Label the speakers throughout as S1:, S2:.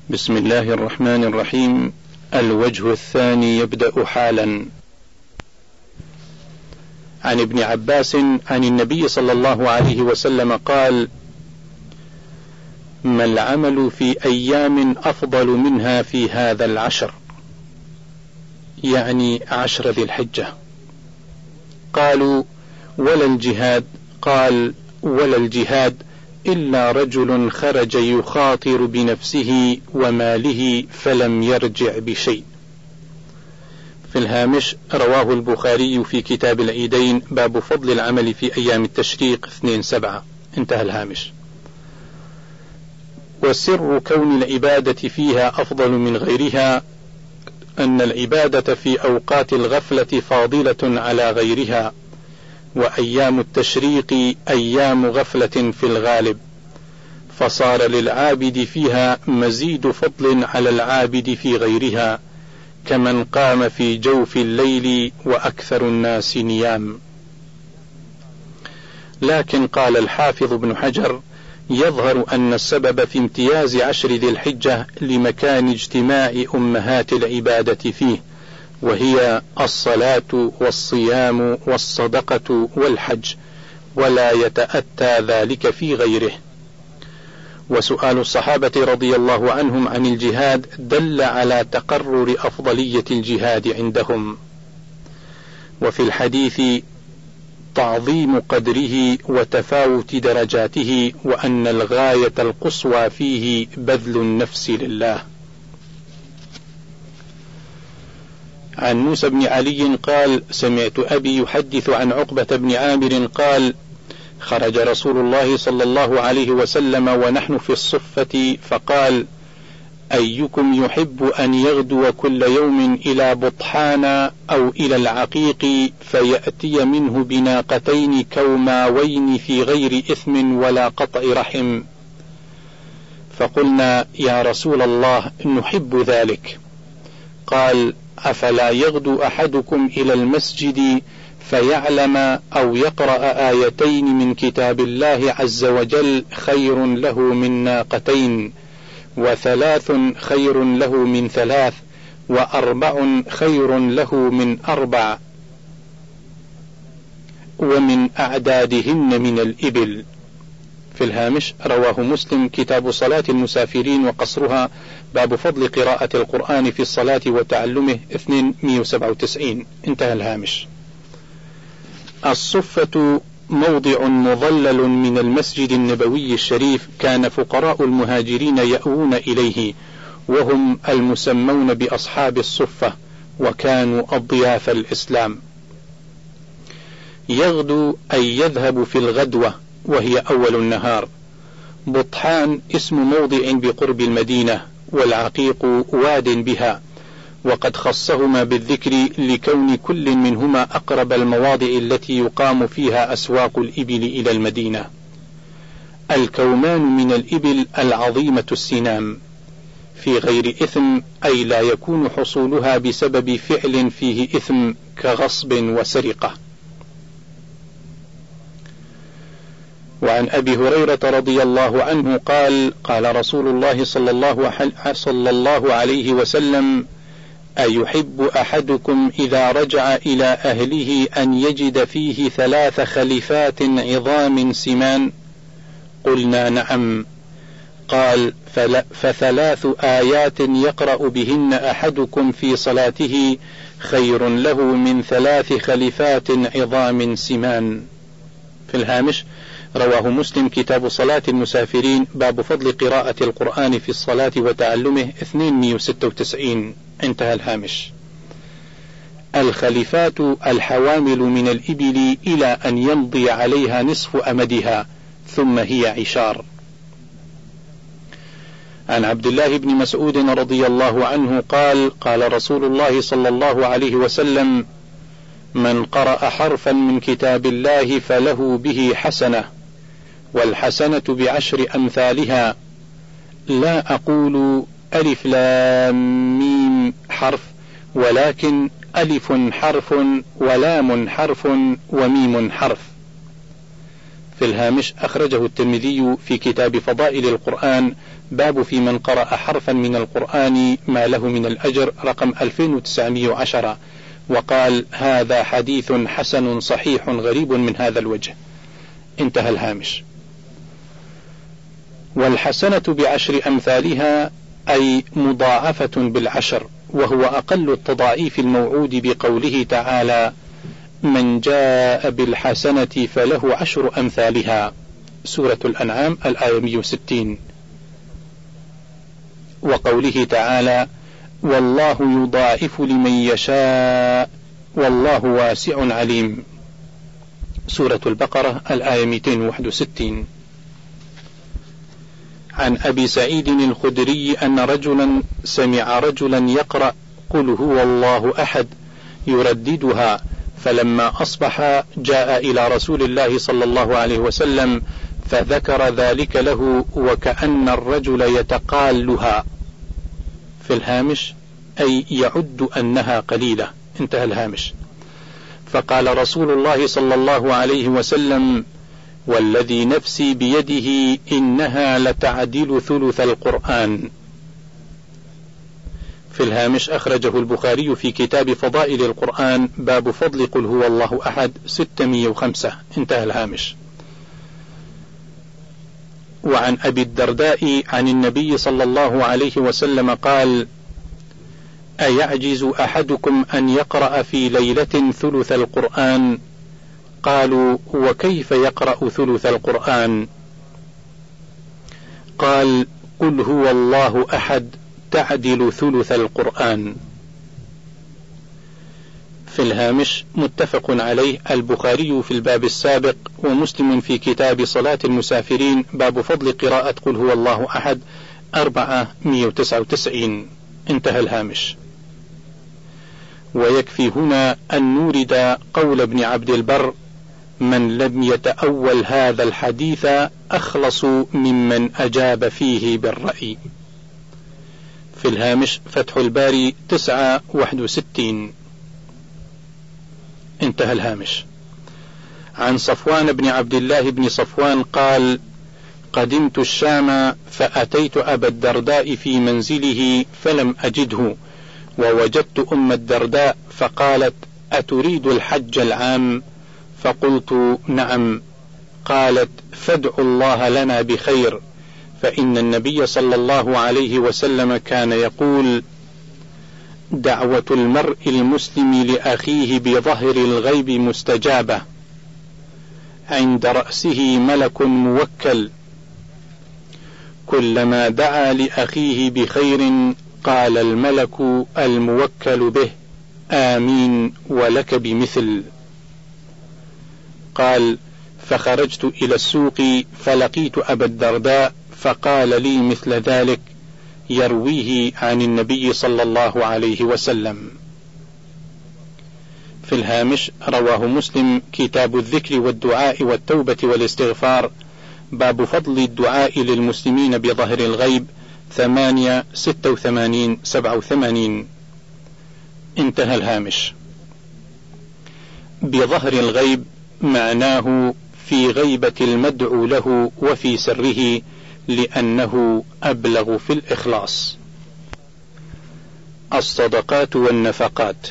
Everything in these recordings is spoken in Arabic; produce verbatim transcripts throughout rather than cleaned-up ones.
S1: بسم الله الرحمن الرحيم. الوجه الثاني يبدأ حالا. عن ابن عباس عن النبي صلى الله عليه وسلم قال: ما العمل في أيام أفضل منها في هذا العشر، يعني عشر ذي الحجة. قالوا: ولا الجهاد؟ قال: ولا الجهاد إلا رجل خرج يخاطر بنفسه وماله فلم يرجع بشيء. في الهامش: رواه البخاري في كتاب العيدين باب فضل العمل في أيام التشريق اثنين سبعة. انتهى الهامش. والسر كون العبادة فيها أفضل من غيرها أن العبادة في أوقات الغفلة فاضلة على غيرها، وأيام التشريق أيام غفلة في الغالب، فصار للعابد فيها مزيد فضل على العابد في غيرها، كمن قام في جوف الليل وأكثر الناس نيام. لكن قال الحافظ ابن حجر: يظهر أن السبب في امتياز عشر ذي الحجة لمكان اجتماع أمهات العبادة فيه، وهي الصلاة والصيام والصدقة والحج، ولا يتأتى ذلك في غيره. وسؤال الصحابة رضي الله عنهم عن الجهاد دل على تقرر أفضلية الجهاد عندهم. وفي الحديث تعظيم قدره وتفاوت درجاته، وأن الغاية القصوى فيه بذل النفس لله. عن موسى بن علي قال: سمعت أبي يحدث عن عقبة بن عامر قال: خرج رسول الله صلى الله عليه وسلم ونحن في الصفة فقال: أيكم يحب أن يغدو كل يوم إلى بطحان أو إلى العقيق فيأتي منه بناقتين كوماوين في غير إثم ولا قطع رحم؟ فقلنا: يا رسول الله نحب ذلك. قال: أفلا يغدو أحدكم إلى المسجد فيعلم أو يقرأ آيتين من كتاب الله عز وجل خير له من ناقتين، وثلاث خير له من ثلاث، وأربع خير له من أربع، ومن أعدادهن من الإبل. في الهامش: رواه مسلم كتاب صلاة المسافرين وقصرها باب فضل قراءة القرآن في الصلاة وتعلمه اثنين مئة وسبعة وتسعين. انتهى الهامش. الصفة موضع مظلل من المسجد النبوي الشريف، كان فقراء المهاجرين يأوون إليه، وهم المسمون بأصحاب الصفة، وكانوا أضياف الإسلام. يغدو أي يذهب في الغدوة، وهي أول النهار. بطحان اسم موضع بقرب المدينة، والعقيق واد بها، وقد خصهما بالذكر لكون كل منهما أقرب المواضع التي يقام فيها أسواق الإبل إلى المدينة. الكومان من الإبل العظيمة السنام، في غير إثم أي لا يكون حصولها بسبب فعل فيه إثم كغصب وسرقة. وعن أبي هريرة رضي الله عنه قال: قال رسول الله صلى الله, صلى الله عليه وسلم: أيحب أحدكم إذا رجع إلى أهله أن يجد فيه ثلاث خليفات عظام سمان؟ قلنا: نعم. قال: فثلاث آيات يقرأ بهن أحدكم في صلاته خير له من ثلاث خليفات عظام سمان. في الهامش: رواه مسلم كتاب صلاة المسافرين باب فضل قراءة القرآن في الصلاة وتعلمه اثنين مئة وستة وتسعين. انتهى الهامش. الخليفات الحوامل من الإبل إلى أن يمضي عليها نصف أمدها، ثم هي عشار. عن عبد الله بن مسعود رضي الله عنه قال: قال رسول الله صلى الله عليه وسلم: من قرأ حرفا من كتاب الله فله به حسنة، والحسنة بعشر أمثالها، لا أقول ألف لام ميم حرف، ولكن ألف حرف ولام حرف وميم حرف. في الهامش أخرجه الترمذي في كتاب فضائل القرآن باب في من قرأ حرفا من القرآن ما له من الأجر رقم ألفين وتسعمائة وعشرة، وقال هذا حديث حسن صحيح غريب من هذا الوجه. انتهى الهامش. والحسنة بعشر أمثالها أي مضاعفة بالعشر، وهو أقل التضاعيف الموعود بقوله تعالى من جاء بالحسنة فله عشر أمثالها، سورة الأنعام الآية مئة وستين. وقوله تعالى والله يضاعف لمن يشاء والله واسع عليم، سورة البقرة الآية مئتين وواحد وستين. عن أبي سعيد الخدري أن رجلا سمع رجلا يقرأ قل هو الله أحد يرددها، فلما أصبح جاء إلى رسول الله صلى الله عليه وسلم فذكر ذلك له وكأن الرجل يتقالها. في الهامش أي يعد أنها قليلة. انتهى الهامش. فقال رسول الله صلى الله عليه وسلم والذي نفسي بيده إنها لتعدل ثلث القرآن. في الهامش أخرجه البخاري في كتاب فضائل القرآن باب فضل قل هو الله أحد ستمائة وخمسة. انتهى الهامش. وعن أبي الدرداء عن النبي صلى الله عليه وسلم قال أيعجز أحدكم أن يقرأ في ليلة ثلث القرآن؟ قالوا وكيف يقرأ ثلث القرآن؟ قال قل هو الله أحد تعدل ثلث القرآن. في الهامش متفق عليه البخاري في الباب السابق ومسلم في كتاب صلاة المسافرين باب فضل قراءة قل هو الله أحد أربعمائة وتسعة وتسعين. انتهى الهامش. ويكفي هنا أن نورد قول ابن عبد البر من لم يتأول هذا الحديث أخلص ممن أجاب فيه بالرأي. في الهامش فتح الباري تسعة واحد وستين. انتهى الهامش. عن صفوان بن عبد الله بن صفوان قال قدمت الشام فأتيت أبا الدرداء في منزله فلم أجده، ووجدت أم الدرداء فقالت أتريد الحج العام؟ فقلت نعم. قالت فادعوا الله لنا بخير، فإن النبي صلى الله عليه وسلم كان يقول دعوة المرء المسلم لأخيه بظهر الغيب مستجابة، عند رأسه ملك موكل، كلما دعا لأخيه بخير قال الملك الموكل به آمين ولك بمثل. قال فخرجت إلى السوق فلقيت أبا الدرداء فقال لي مثل ذلك يرويه عن النبي صلى الله عليه وسلم. في الهامش رواه مسلم كتاب الذكر والدعاء والتوبة والاستغفار باب فضل الدعاء للمسلمين بظهر الغيب ثمانية ستة وثمانين سبعة وثمانين. انتهى الهامش. بظهر الغيب معناه في غيبة المدعو له وفي سره، لأنه أبلغ في الإخلاص. الصدقات والنفقات.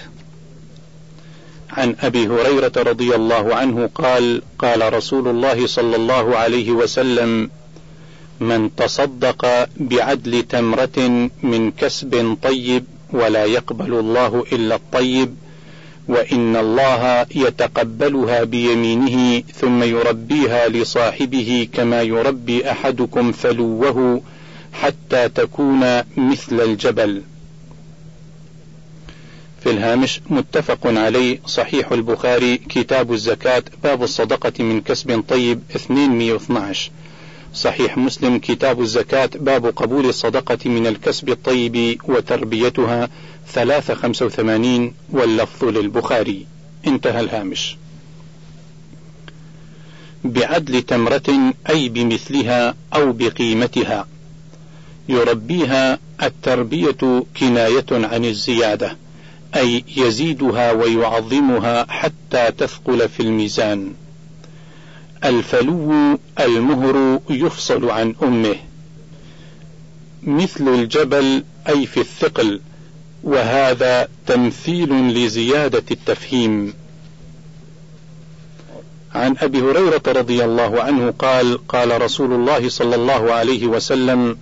S1: عن أبي هريرة رضي الله عنه قال قال رسول الله صلى الله عليه وسلم من تصدق بعدل تمرة من كسب طيب ولا يقبل الله إلا الطيب، وإن الله يتقبلها بيمينه ثم يربيها لصاحبه كما يربي أحدكم فلوه حتى تكون مثل الجبل. في الهامش متفق عليه صحيح البخاري كتاب الزكاة باب الصدقة من كسب طيب اثنمائة واثني عشر، صحيح مسلم كتاب الزكاة باب قبول الصدقة من الكسب الطيب وتربيتها ثلاثة خمسة وثمانين، واللفظ للبخاري. انتهى الهامش. بعدل تمرة أي بمثلها أو بقيمتها. يربيها التربية كناية عن الزيادة، أي يزيدها ويعظمها حتى تثقل في الميزان. الفلو المهر يفصل عن أمه، مثل الجبل أي في الثقل، وهذا تمثيل لزيادة التفهيم. عن أبي هريرة رضي الله عنه قال: قال رسول الله صلى الله عليه وسلم: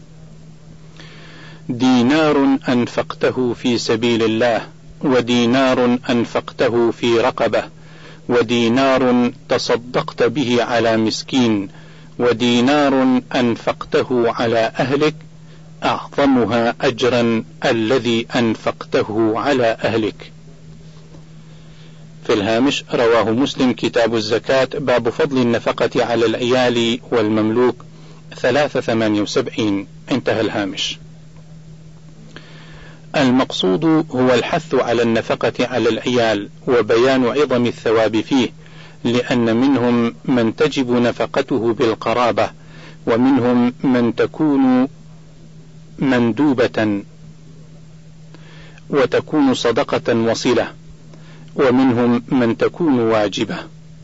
S1: دينار أنفقته في سبيل الله، ودينار أنفقته في رقبة، ودينار تصدقت به على مسكين، ودينار أنفقته على أهلك، أعظمها أجرا الذي أنفقته على أهلك. في الهامش: رواه مسلم كتاب الزكاة باب فضل النفقة على العيال والمملوك ثلاثة ثمانية وسبعين. انتهى الهامش. المقصود هو الحث على النفقة على العيال وبيان عظم الثواب فيه، لأن منهم من تجب نفقته بالقرابة، ومنهم من تكون مندوبة وتكون صدقة وصلة، ومنهم من تكون واجبة.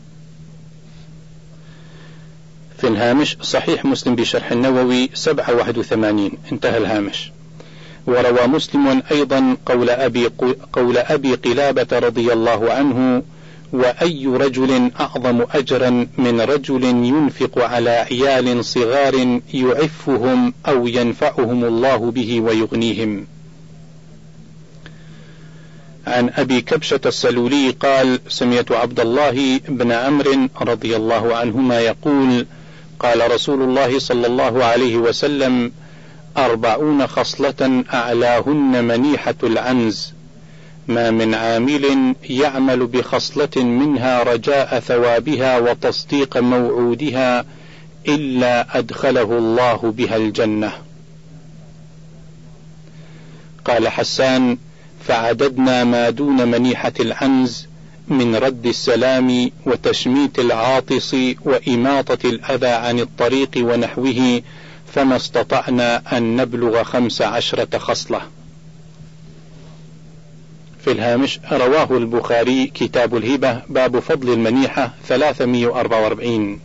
S1: في الهامش: صحيح مسلم بشرح النووي سبعة واحد وثمانين. انتهى الهامش. وروى مسلم أيضا قول أبي, قول أبي قلابة رضي الله عنه: وأي رجل أعظم أجرا من رجل ينفق على عيال صغار يعفهم أو ينفعهم الله به ويغنيهم. عن أبي كبشة السلولي قال: سمعت عبد الله بن عمرو رضي الله عنهما يقول: قال رسول الله صلى الله عليه وسلم: أربعون خصلة أعلاهن منيحة العنز، ما من عامل يعمل بخصلة منها رجاء ثوابها وتصديق موعودها إلا أدخله الله بها الجنة. قال حسان: فعددنا ما دون منيحة العنز من رد السلام وتشميت العاطس وإماطة الأذى عن الطريق ونحوه، فما استطعنا أن نبلغ خمس عشرة خصلة. في الهامش: رواه البخاري كتاب الهبة باب فضل المنيحة ثلاثمائة وأربعة وأربعين.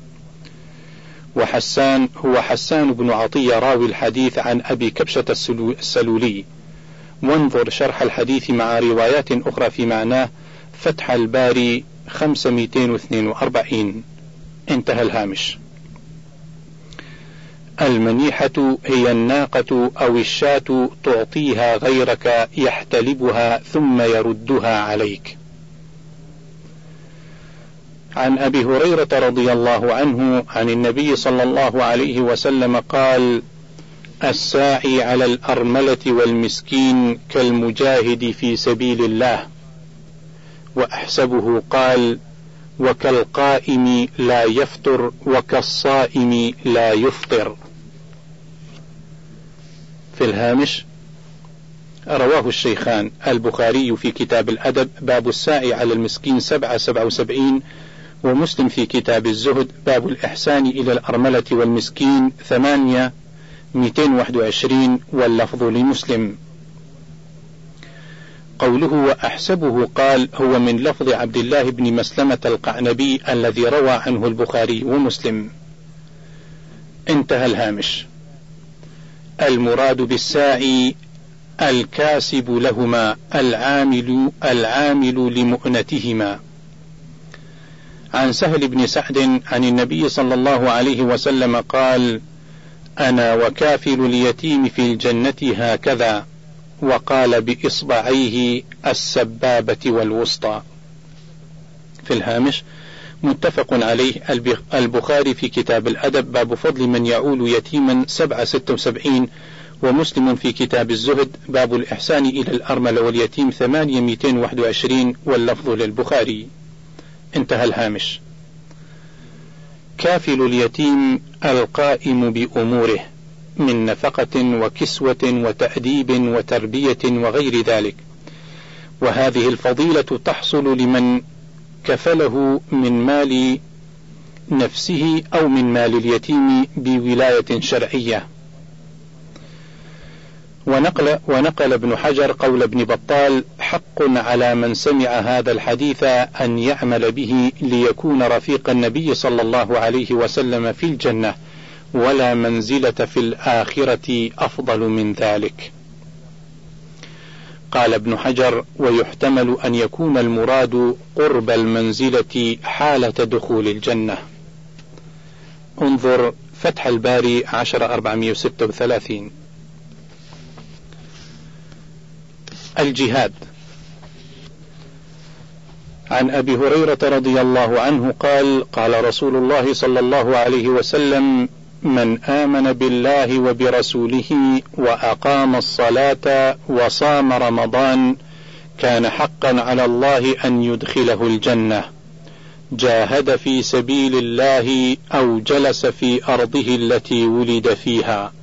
S1: وحسان هو حسان بن عطية راوي الحديث عن أبي كبشة السلولي. وانظر شرح الحديث مع روايات أخرى في معناه فتح الباري خمسمائة واثنين وأربعين. انتهى الهامش. المنيحة هي الناقة أو الشاة تعطيها غيرك يحتلبها ثم يردها عليك. عن أبي هريرة رضي الله عنه عن النبي صلى الله عليه وسلم قال: الساعي على الأرملة والمسكين كالمجاهد في سبيل الله. وأحسبه قال: وكالقائم لا يفطر وكالصائم لا يفطر. في الهامش: رواه الشيخان البخاري في كتاب الأدب باب الساعي على المسكين سبعة سبعة وسبعين، ومسلم في كتاب الزهد باب الإحسان إلى الأرملة والمسكين ثمانية مئتين وواحد وعشرين، واللفظ لمسلم. قوله وأحسبه قال هو من لفظ عبد الله بن مسلمة القعنبي الذي روى عنه البخاري ومسلم. انتهى الهامش. المراد بالساعي الكاسب لهما العامل العامل لمؤنتهما. عن سهل بن سعد عن النبي صلى الله عليه وسلم قال: أنا وكافل اليتيم في الجنة هكذا، وقال بإصبعيه السبابة والوسطى. في الهامش: متفق عليه البخاري في كتاب الأدب باب فضل من يعول يتيما سبعة ستة وسبعين، ومسلم في كتاب الزهد باب الإحسان إلى الأرمل واليتيم ثمانية مئتين وواحد وعشرين، واللفظ للبخاري. انتهى الهامش. كافل اليتيم القائم بأموره من نفقة وكسوة وتأديب وتربية وغير ذلك، وهذه الفضيلة تحصل لمن كفله من مال نفسه أو من مال اليتيم بولاية شرعية. ونقل, ونقل ابن حجر قول ابن بطال: فحق على من سمع هذا الحديث أن يعمل به ليكون رفيق النبي صلى الله عليه وسلم في الجنة، ولا منزلة في الآخرة أفضل من ذلك. قال ابن حجر: ويحتمل أن يكون المراد قرب المنزلة حالة دخول الجنة. انظر فتح الباري عشرة أربعمائة وستة وثلاثين. الجهاد. عن أبي هريرة رضي الله عنه قال: قال رسول الله صلى الله عليه وسلم: من آمن بالله وبرسوله وأقام الصلاة وصام رمضان كان حقا على الله أن يدخله الجنة، جاهد في سبيل الله أو جلس في أرضه التي ولد فيها.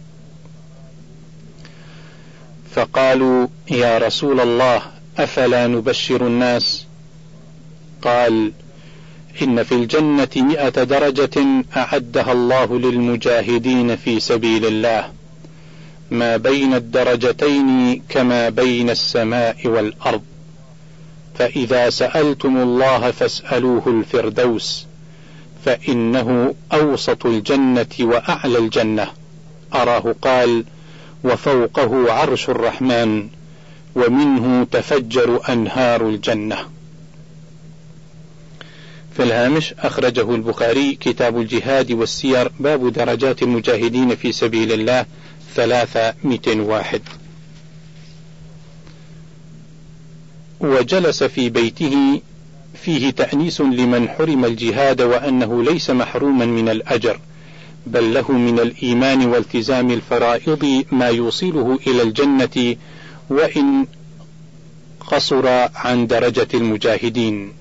S1: فقالوا: يا رسول الله أفلا نبشر الناس؟ قال: إن في الجنة مئة درجة أعدها الله للمجاهدين في سبيل الله، ما بين الدرجتين كما بين السماء والأرض، فإذا سألتم الله فاسألوه الفردوس، فإنه أوسط الجنة وأعلى الجنة. أراه قال: وفوقه عرش الرحمن، ومنه تفجر أنهار الجنة. في الهامش: أخرجه البخاري كتاب الجهاد والسير، باب درجات المجاهدين في سبيل الله، ثلاثمائة وواحد. وجلس في بيته فيه تأنيس لمن حرم الجهاد، وأنه ليس محروما من الأجر، بل له من الإيمان والتزام الفرائض ما يوصله إلى الجنة وإن قصر عن درجة المجاهدين.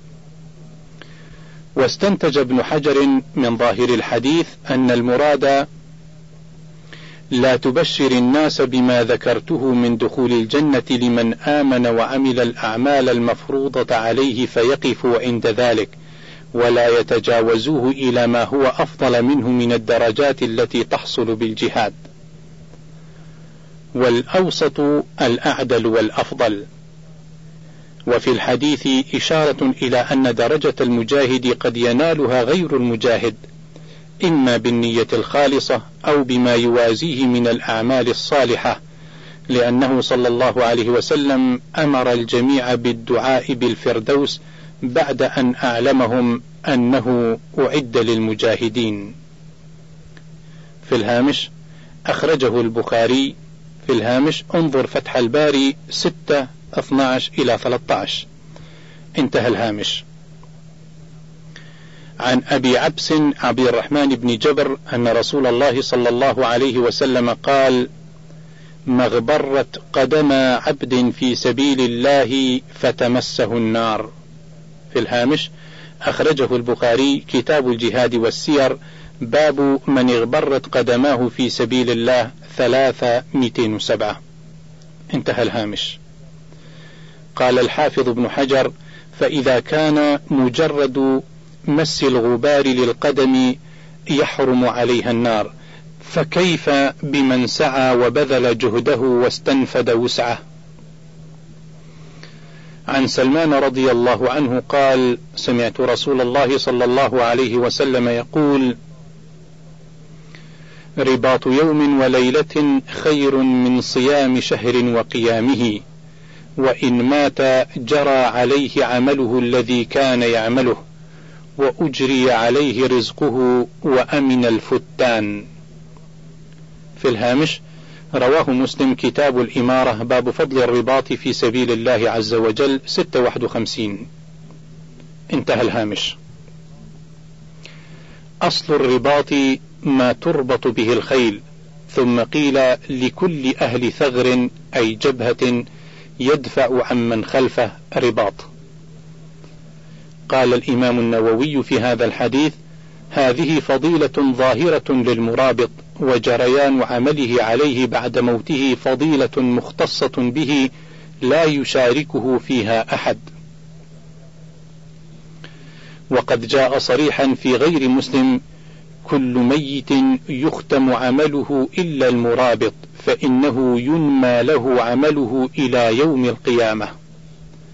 S1: واستنتج ابن حجر من ظاهر الحديث أن المراد لا تبشر الناس بما ذكرته من دخول الجنة لمن آمن وعمل الأعمال المفروضة عليه فيقفوا عند ذلك، ولا يتجاوزوه إلى ما هو أفضل منه من الدرجات التي تحصل بالجهاد. والأوسط الأعدل والأفضل. وفي الحديث إشارة إلى أن درجة المجاهد قد ينالها غير المجاهد، إما بالنية الخالصة أو بما يوازيه من الأعمال الصالحة، لأنه صلى الله عليه وسلم أمر الجميع بالدعاء بالفردوس بعد أن أعلمهم أنه أعد للمجاهدين. في الهامش: أخرجه البخاري. في الهامش: انظر فتح الباري ستة اثني عشر إلى ثلاثة عشر. انتهى الهامش. عن أبي عبس عبد الرحمن بن جبر أن رسول الله صلى الله عليه وسلم قال: ما اغبرت قدم عبد في سبيل الله فتمسه النار. في الهامش: أخرجه البخاري كتاب الجهاد والسير، باب من اغبرت قدماه في سبيل الله، ثلاثمائة وسبعة. انتهى الهامش. قال الحافظ ابن حجر: فإذا كان مجرد مس الغبار للقدم يحرم عليها النار، فكيف بمن سعى وبذل جهده واستنفد وسعه؟ عن سلمان رضي الله عنه قال: سمعت رسول الله صلى الله عليه وسلم يقول: رباط يوم وليلة خير من صيام شهر وقيامه، وإن مات جرى عليه عمله الذي كان يعمله، وأجري عليه رزقه، وأمن الفتان. في الهامش: رواه مسلم كتاب الإمارة، باب فضل الرباط في سبيل الله عز وجل، ستة وواحد وخمسين. انتهى الهامش. أصل الرباط ما تربط به الخيل، ثم قيل لكل أهل ثغر أي جبهة يدفع عن من خلفه رباط. قال الإمام النووي في هذا الحديث: هذه فضيلة ظاهرة للمرابط، وجريان عمله عليه بعد موته فضيلة مختصة به لا يشاركه فيها أحد. وقد جاء صريحا في غير مسلم: كل ميت يختم عمله إلا المرابط، فإنه ينمى له عمله إلى يوم القيامة.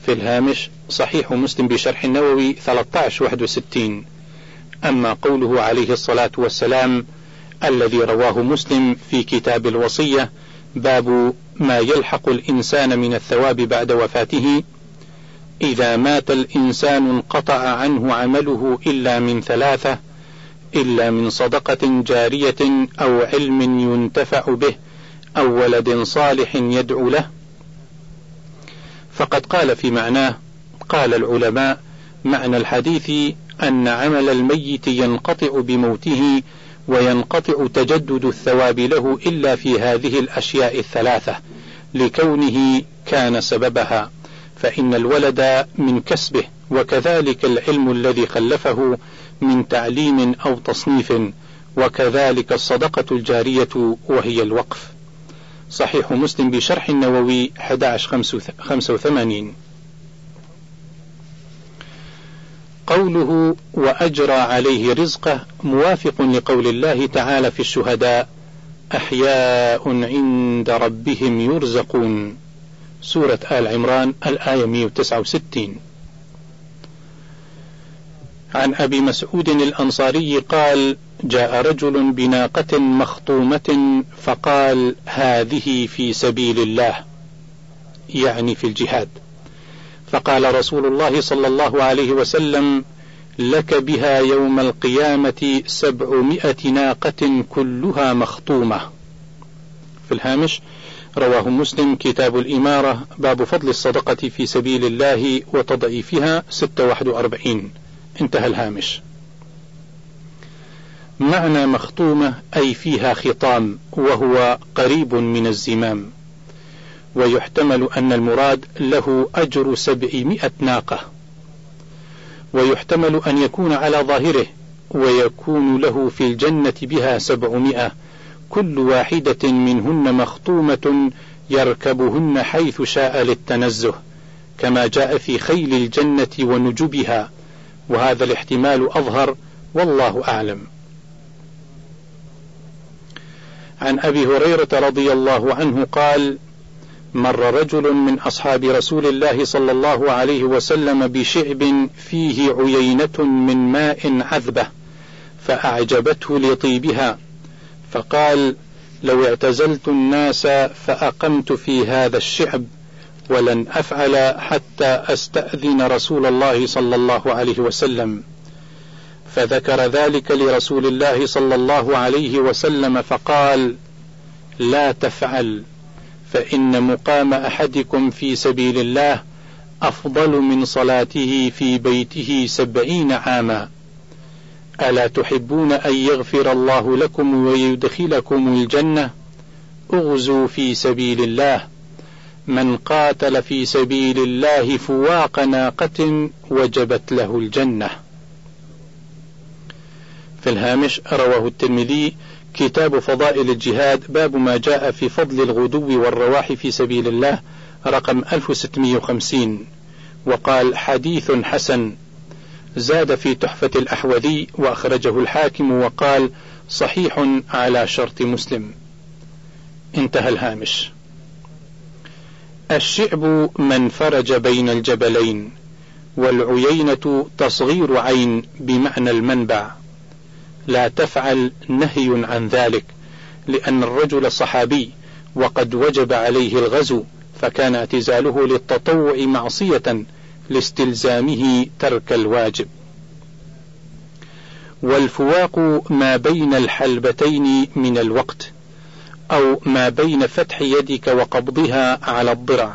S1: في الهامش صحيح مسلم بشرح النووي ثلاثة عشر واحد وستين. أما قوله عليه الصلاة والسلام الذي رواه مسلم في كتاب الوصية باب ما يلحق الإنسان من الثواب بعد وفاته: إذا مات الإنسان انقطع عنه عمله إلا من ثلاثة: إلا من صدقة جارية أو علم ينتفع به أو ولد صالح يدعو له. فقد قال في معناه: قال العلماء معنى الحديث أن عمل الميت ينقطع بموته وينقطع تجدد الثواب له إلا في هذه الأشياء الثلاثة لكونه كان سببها، فإن الولد من كسبه، وكذلك العلم الذي خلفه من تعليم أو تصنيف، وكذلك الصدقة الجارية وهي الوقف. صحيح مسلم بشرح النووي أحد عشر خمسة وثمانين. قوله وأجرى عليه رزقه موافق لقول الله تعالى في الشهداء: أحياء عند ربهم يرزقون، سورة آل عمران الآية مئة وتسعة وستين. عن أبي مسعود الأنصاري قال: جاء رجل بناقة مخطومة فقال: هذه في سبيل الله، يعني في الجهاد. فقال رسول الله صلى الله عليه وسلم: لك بها يوم القيامة سبعمائة ناقة كلها مخطومة. في الهامش رواه مسلم كتاب الإمارة باب فضل الصدقة في سبيل الله وتضعيفها ستة واحد وأربعين. انتهى الهامش. معنى مخطومة أي فيها خطام، وهو قريب من الزمام، ويحتمل أن المراد له أجر سبعمائة ناقة، ويحتمل أن يكون على ظاهره ويكون له في الجنة بها سبعمائة كل واحدة منهن مخطومة يركبهن حيث شاء للتنزه، كما جاء في خيل الجنة ونجبها، وهذا الاحتمال أظهر والله أعلم. عن أبي هريرة رضي الله عنه قال: مر رجل من أصحاب رسول الله صلى الله عليه وسلم بشعب فيه عيينة من ماء عذبة فأعجبته لطيبها، فقال: لو اعتزلت الناس فأقمت في هذا الشعب ولن أفعل حتى أستأذن رسول الله صلى الله عليه وسلم. فذكر ذلك لرسول الله صلى الله عليه وسلم فقال: لا تفعل، فإن مقام أحدكم في سبيل الله أفضل من صلاته في بيته سبعين عاما. ألا تحبون أن يغفر الله لكم ويدخلكم الجنة؟ اغزوا في سبيل الله. من قاتل في سبيل الله فواق ناقة وجبت له الجنة. في الهامش رواه الترمذي كتاب فضائل الجهاد باب ما جاء في فضل الغدو والرواح في سبيل الله رقم ألف وستمائة وخمسين، وقال: حديث حسن. زاد في تحفة الأحوذي وأخرجه الحاكم وقال: صحيح على شرط مسلم. انتهى الهامش. الشعب من فرج بين الجبلين، والعيينة تصغير عين بمعنى المنبع. لا تفعل نهي عن ذلك، لأن الرجل صحابي وقد وجب عليه الغزو، فكان اعتزاله للتطوع معصية لاستلزامه ترك الواجب. والفواق ما بين الحلبتين من الوقت، أو ما بين فتح يدك وقبضها على الضرع.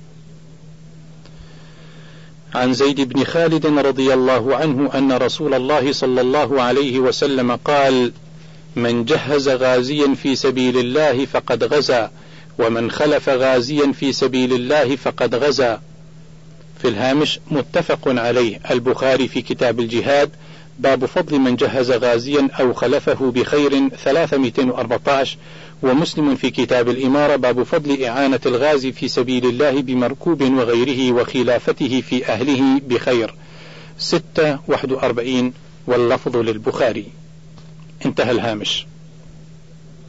S1: عن زيد بن خالد رضي الله عنه أن رسول الله صلى الله عليه وسلم قال: من جهز غازيا في سبيل الله فقد غزا، ومن خلف غازيا في سبيل الله فقد غزا. في الهامش متفق عليه، البخاري في كتاب الجهاد باب فضل من جهز غازيا أو خلفه بخير ثلاثمائة وأربعة عشر، ومسلم في كتاب الإمارة باب فضل إعانة الغازي في سبيل الله بمركوب وغيره وخلافته في أهله بخير ستة واحد وأربعين، واللفظ للبخاري. انتهى الهامش.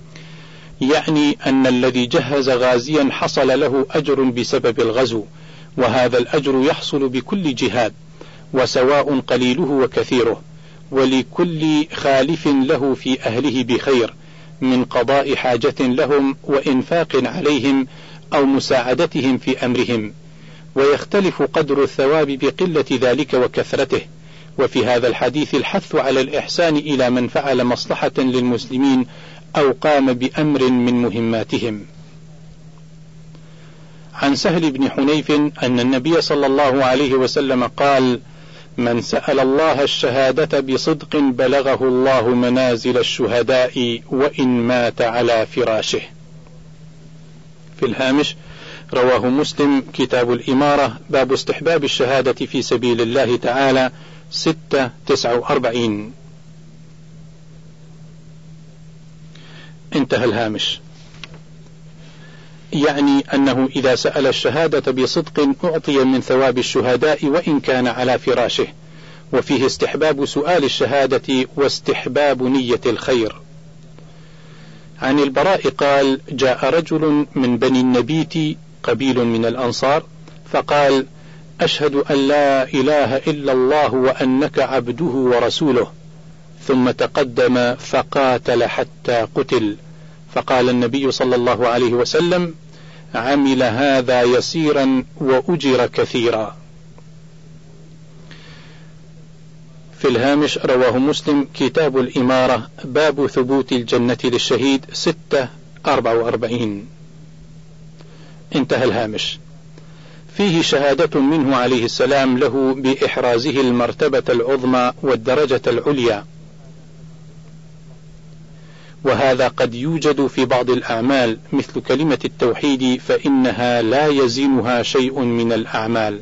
S1: يعني أن الذي جهز غازيا حصل له أجر بسبب الغزو، وهذا الأجر يحصل بكل جهاد، وسواء قليله وكثيره، ولكل خالف له في أهله بخير، من قضاء حاجة لهم وإنفاق عليهم أو مساعدتهم في أمرهم، ويختلف قدر الثواب بقلة ذلك وكثرته. وفي هذا الحديث الحث على الإحسان إلى من فعل مصلحة للمسلمين أو قام بأمر من مهماتهم. عن سهل بن حنيف أن النبي صلى الله عليه وسلم قال: من سأل الله الشهادة بصدق بلغه الله منازل الشهداء وإن مات على فراشه. في الهامش: رواه مسلم كتاب الإمارة باب استحباب الشهادة في سبيل الله تعالى ستة تسعة وأربعين. انتهى الهامش. يعني أنه إذا سأل الشهادة بصدق أعطي من ثواب الشهداء وإن كان على فراشه، وفيه استحباب سؤال الشهادة واستحباب نية الخير. عن البراء قال: جاء رجل من بني النبيت قبيل من الأنصار فقال: أشهد أن لا إله إلا الله وأنك عبده ورسوله، ثم تقدم فقاتل حتى قتل، فقال النبي صلى الله عليه وسلم: عمل هذا يسيرا وأجر كثيرا. في الهامش: رواه مسلم كتاب الإمارة باب ثبوت الجنة للشهيد ستة أربعة وأربعين. انتهى الهامش. فيه شهادة منه عليه السلام له بإحرازه المرتبة العظمى والدرجة العليا، وهذا قد يوجد في بعض الأعمال مثل كلمة التوحيد، فإنها لا يزينها شيء من الأعمال.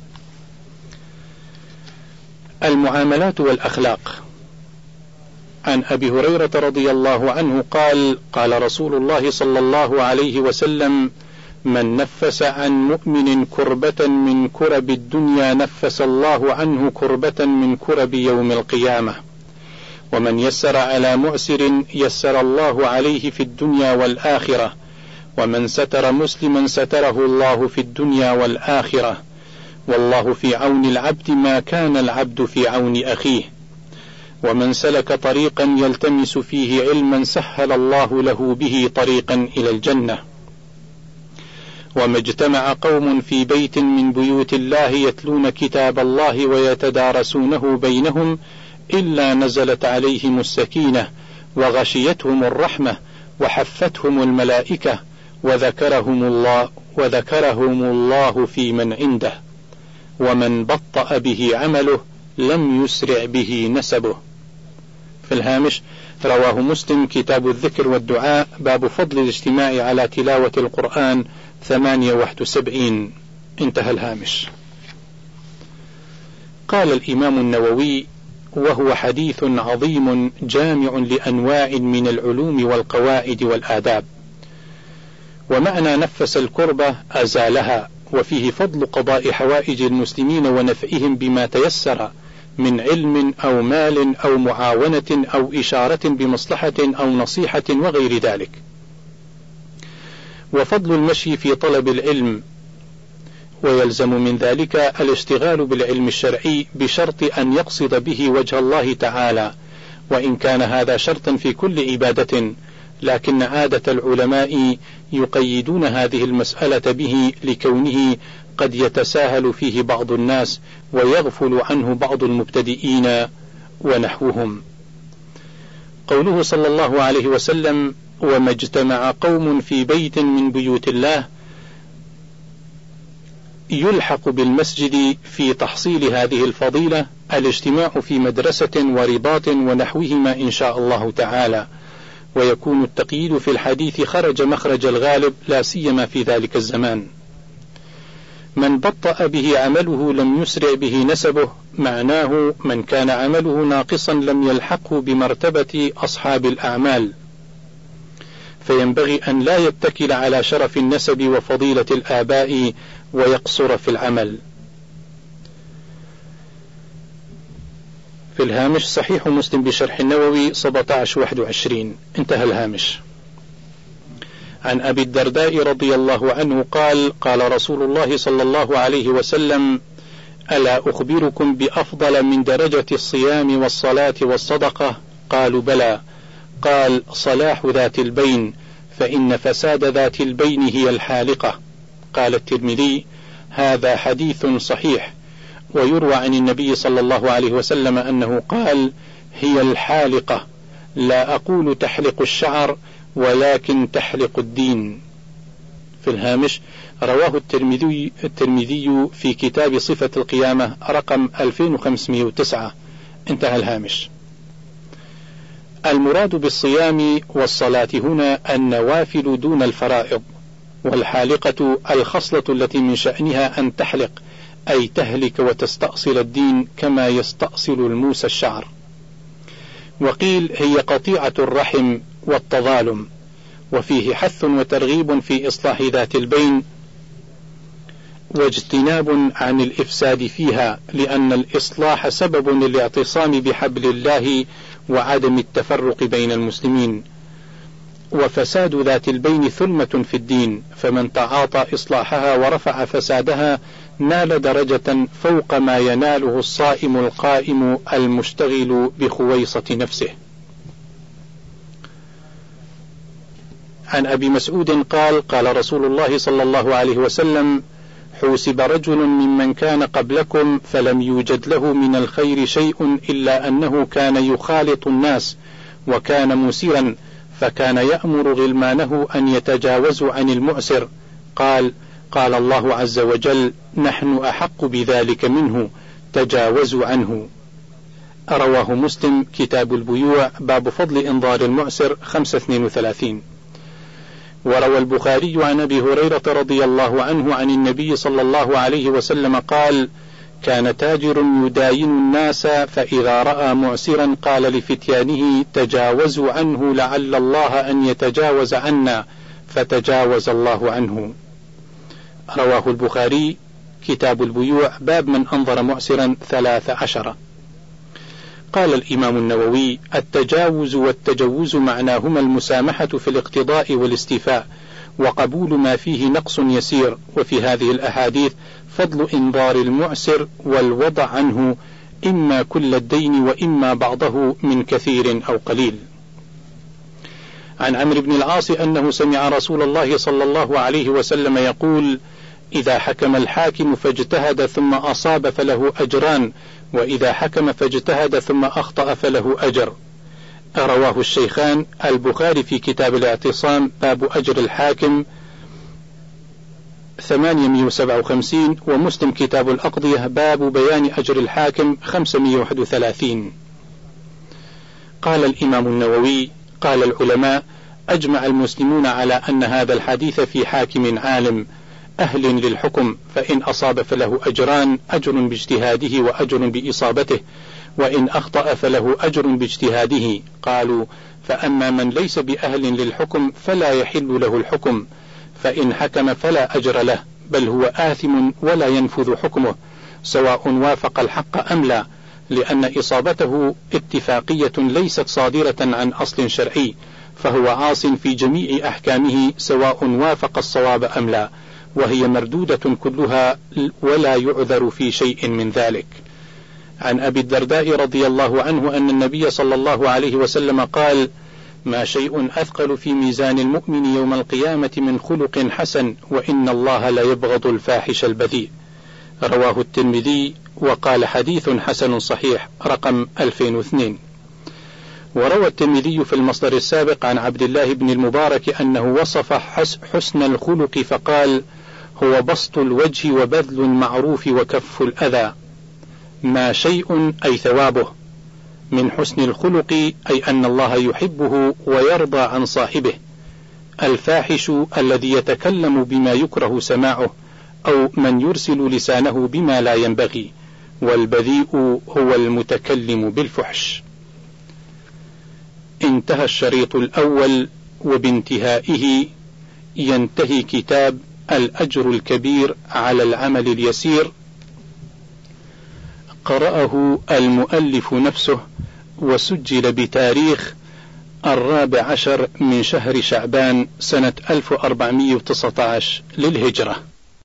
S1: المعاملات والأخلاق. عن أبي هريرة رضي الله عنه قال: قال رسول الله صلى الله عليه وسلم: من نفس عن مؤمن كربة من كرب الدنيا نفس الله عنه كربة من كرب يوم القيامة، ومن يسر على معسر يسر الله عليه في الدنيا والآخرة، ومن ستر مسلما ستره الله في الدنيا والآخرة، والله في عون العبد ما كان العبد في عون أخيه، ومن سلك طريقا يلتمس فيه علما سهل الله له به طريقا إلى الجنة. وما اجتمع قوم في بيت من بيوت الله يتلون كتاب الله ويتدارسونه بينهم إلا نزلت عليهم السكينة وغشيتهم الرحمة وحفتهم الملائكة وذكرهم الله وذكرهم الله في من عنده، ومن بطأ به عمله لم يسرع به نسبه. في الهامش: رواه مسلم كتاب الذكر والدعاء باب فضل الاجتماع على تلاوة القرآن ثمانية وواحد وسبعين. انتهى الهامش. قال الإمام النووي: وهو حديث عظيم جامع لأنواع من العلوم والقواعد والآداب. ومعنى نفس الكربة أزالها، وفيه فضل قضاء حوائج المسلمين ونفعهم بما تيسر من علم أو مال أو معاونة أو إشارة بمصلحة أو نصيحة وغير ذلك. وفضل المشي في طلب العلم، ويلزم من ذلك الاشتغال بالعلم الشرعي بشرط أن يقصد به وجه الله تعالى، وإن كان هذا شرطا في كل عبادة، لكن عادة العلماء يقيدون هذه المسألة به لكونه قد يتساهل فيه بعض الناس ويغفل عنه بعض المبتدئين ونحوهم. قوله صلى الله عليه وسلم: وما اجتمع قوم في بيت من بيوت الله، يلحق بالمسجد في تحصيل هذه الفضيلة الاجتماع في مدرسة ورباط ونحوهما إن شاء الله تعالى، ويكون التقييد في الحديث خرج مخرج الغالب لا سيما في ذلك الزمان. من بطأ به عمله لم يسرع به نسبه، معناه من كان عمله ناقصا لم يلحقه بمرتبة أصحاب الأعمال، فينبغي أن لا يتكل على شرف النسب وفضيلة الآباء ويقصر في العمل. في الهامش: صحيح مسلم بشرح النووي سبعة عشر واحد وعشرين. انتهى الهامش. عن أبي الدرداء رضي الله عنه قال قال رسول الله صلى الله عليه وسلم: ألا أخبركم بأفضل من درجة الصيام والصلاة والصدقة؟ قالوا بلى. قال: صلاح ذات البين، فإن فساد ذات البين هي الحالقة. قال الترمذي: هذا حديث صحيح. ويروى عن النبي صلى الله عليه وسلم أنه قال: هي الحالقة، لا أقول تحلق الشعر ولكن تحلق الدين. في الهامش: رواه الترمذي, الترمذي في كتاب صفة القيامة رقم ألفين وخمسمائة وتسعة. انتهى الهامش. المراد بالصيام والصلاة هنا النوافل دون الفرائض، والحالقة الخصلة التي من شأنها أن تحلق، أي تهلك وتستأصل الدين كما يستأصل الموس الشعر. وقيل هي قطيعة الرحم والتظالم، وفيه حث وترغيب في إصلاح ذات البين واجتناب عن الإفساد فيها، لأن الإصلاح سبب للاعتصام بحبل الله وعدم التفرق بين المسلمين. وفساد ذات البين ثلمة في الدين، فمن تعاطى إصلاحها ورفع فسادها نال درجة فوق ما يناله الصائم القائم المشتغل بخويصة نفسه. عن أبي مسعود قال قال رسول الله صلى الله عليه وسلم: حوسب رجل ممن كان قبلكم فلم يوجد له من الخير شيء إلا أنه كان يخالط الناس وكان مسيرا، فكان يأمر غلمانه أن يتجاوزوا عن المعسر. قال قال الله عز وجل: نحن أحق بذلك منه، تجاوزوا عنه. رواه مسلم كتاب البيوع باب فضل إنظار المعسر خمسة اثنين وثلاثين. وروى البخاري عن أبي هريرة رضي الله عنه عن النبي صلى الله عليه وسلم قال: كان تاجر يداين الناس، فإذا رأى معسرا قال لفتيانه: تجاوزوا عنه لعل الله أن يتجاوز عنا، فتجاوز الله عنه. رواه البخاري كتاب البيوع باب من أنظر معسرا ثلاث عشر. قال الإمام النووي: التجاوز والتجوز معناهما المسامحة في الاقتضاء والاستيفاء، وقبول ما فيه نقص يسير. وفي هذه الأحاديث فضل إنظار المعسر والوضع عنه إما كل الدين وإما بعضه من كثير أو قليل. عن عمرو بن العاص أنه سمع رسول الله صلى الله عليه وسلم يقول: إذا حكم الحاكم فاجتهد ثم أصاب فله أجران، وإذا حكم فاجتهد ثم أخطأ فله أجر. رواه الشيخان، البخاري في كتاب الاعتصام باب أجر الحاكم ثمانمائة وسبعة وخمسين، ومسلم كتاب الأقضية باب بيان أجر الحاكم خمسمائة وواحد وثلاثين. قال الإمام النووي: قال العلماء: أجمع المسلمون على أن هذا الحديث في حاكم عالم أهل للحكم، فإن أصاب فله أجران: أجر باجتهاده وأجر بإصابته، وإن أخطأ فله أجر باجتهاده. قالوا: فأما من ليس بأهل للحكم فلا يحل له الحكم، فإن حكم فلا أجر له، بل هو آثم ولا ينفذ حكمه، سواء وافق الحق أم لا، لأن إصابته اتفاقية ليست صادرة عن أصل شرعي، فهو عاص في جميع أحكامه سواء وافق الصواب أم لا، وهي مردودة كلها ولا يعذر في شيء من ذلك. عن أبي الدرداء رضي الله عنه أن النبي صلى الله عليه وسلم قال: ما شيء أثقل في ميزان المؤمن يوم القيامة من خلق حسن، وإن الله لا يبغض الفاحش البذيء. رواه الترمذي وقال: حديث حسن صحيح رقم ألفين واثنين. وروى الترمذي في المصدر السابق عن عبد الله بن المبارك أنه وصف حسن الخلق فقال: هو بسط الوجه وبذل المعروف وكف الأذى. ما شيء أي ثوابه من حسن الخلق، أي أن الله يحبه ويرضى عن صاحبه. الفاحش الذي يتكلم بما يكره سماعه، أو من يرسل لسانه بما لا ينبغي. والبذيء هو المتكلم بالفحش. انتهى الشريط الأول، وبانتهائه ينتهي كتاب الأجر الكبير على العمل اليسير. قرأه المؤلف نفسه وسجل بتاريخ الرابع عشر من شهر شعبان سنة ألف وأربعمائة وتسعة عشر للهجرة.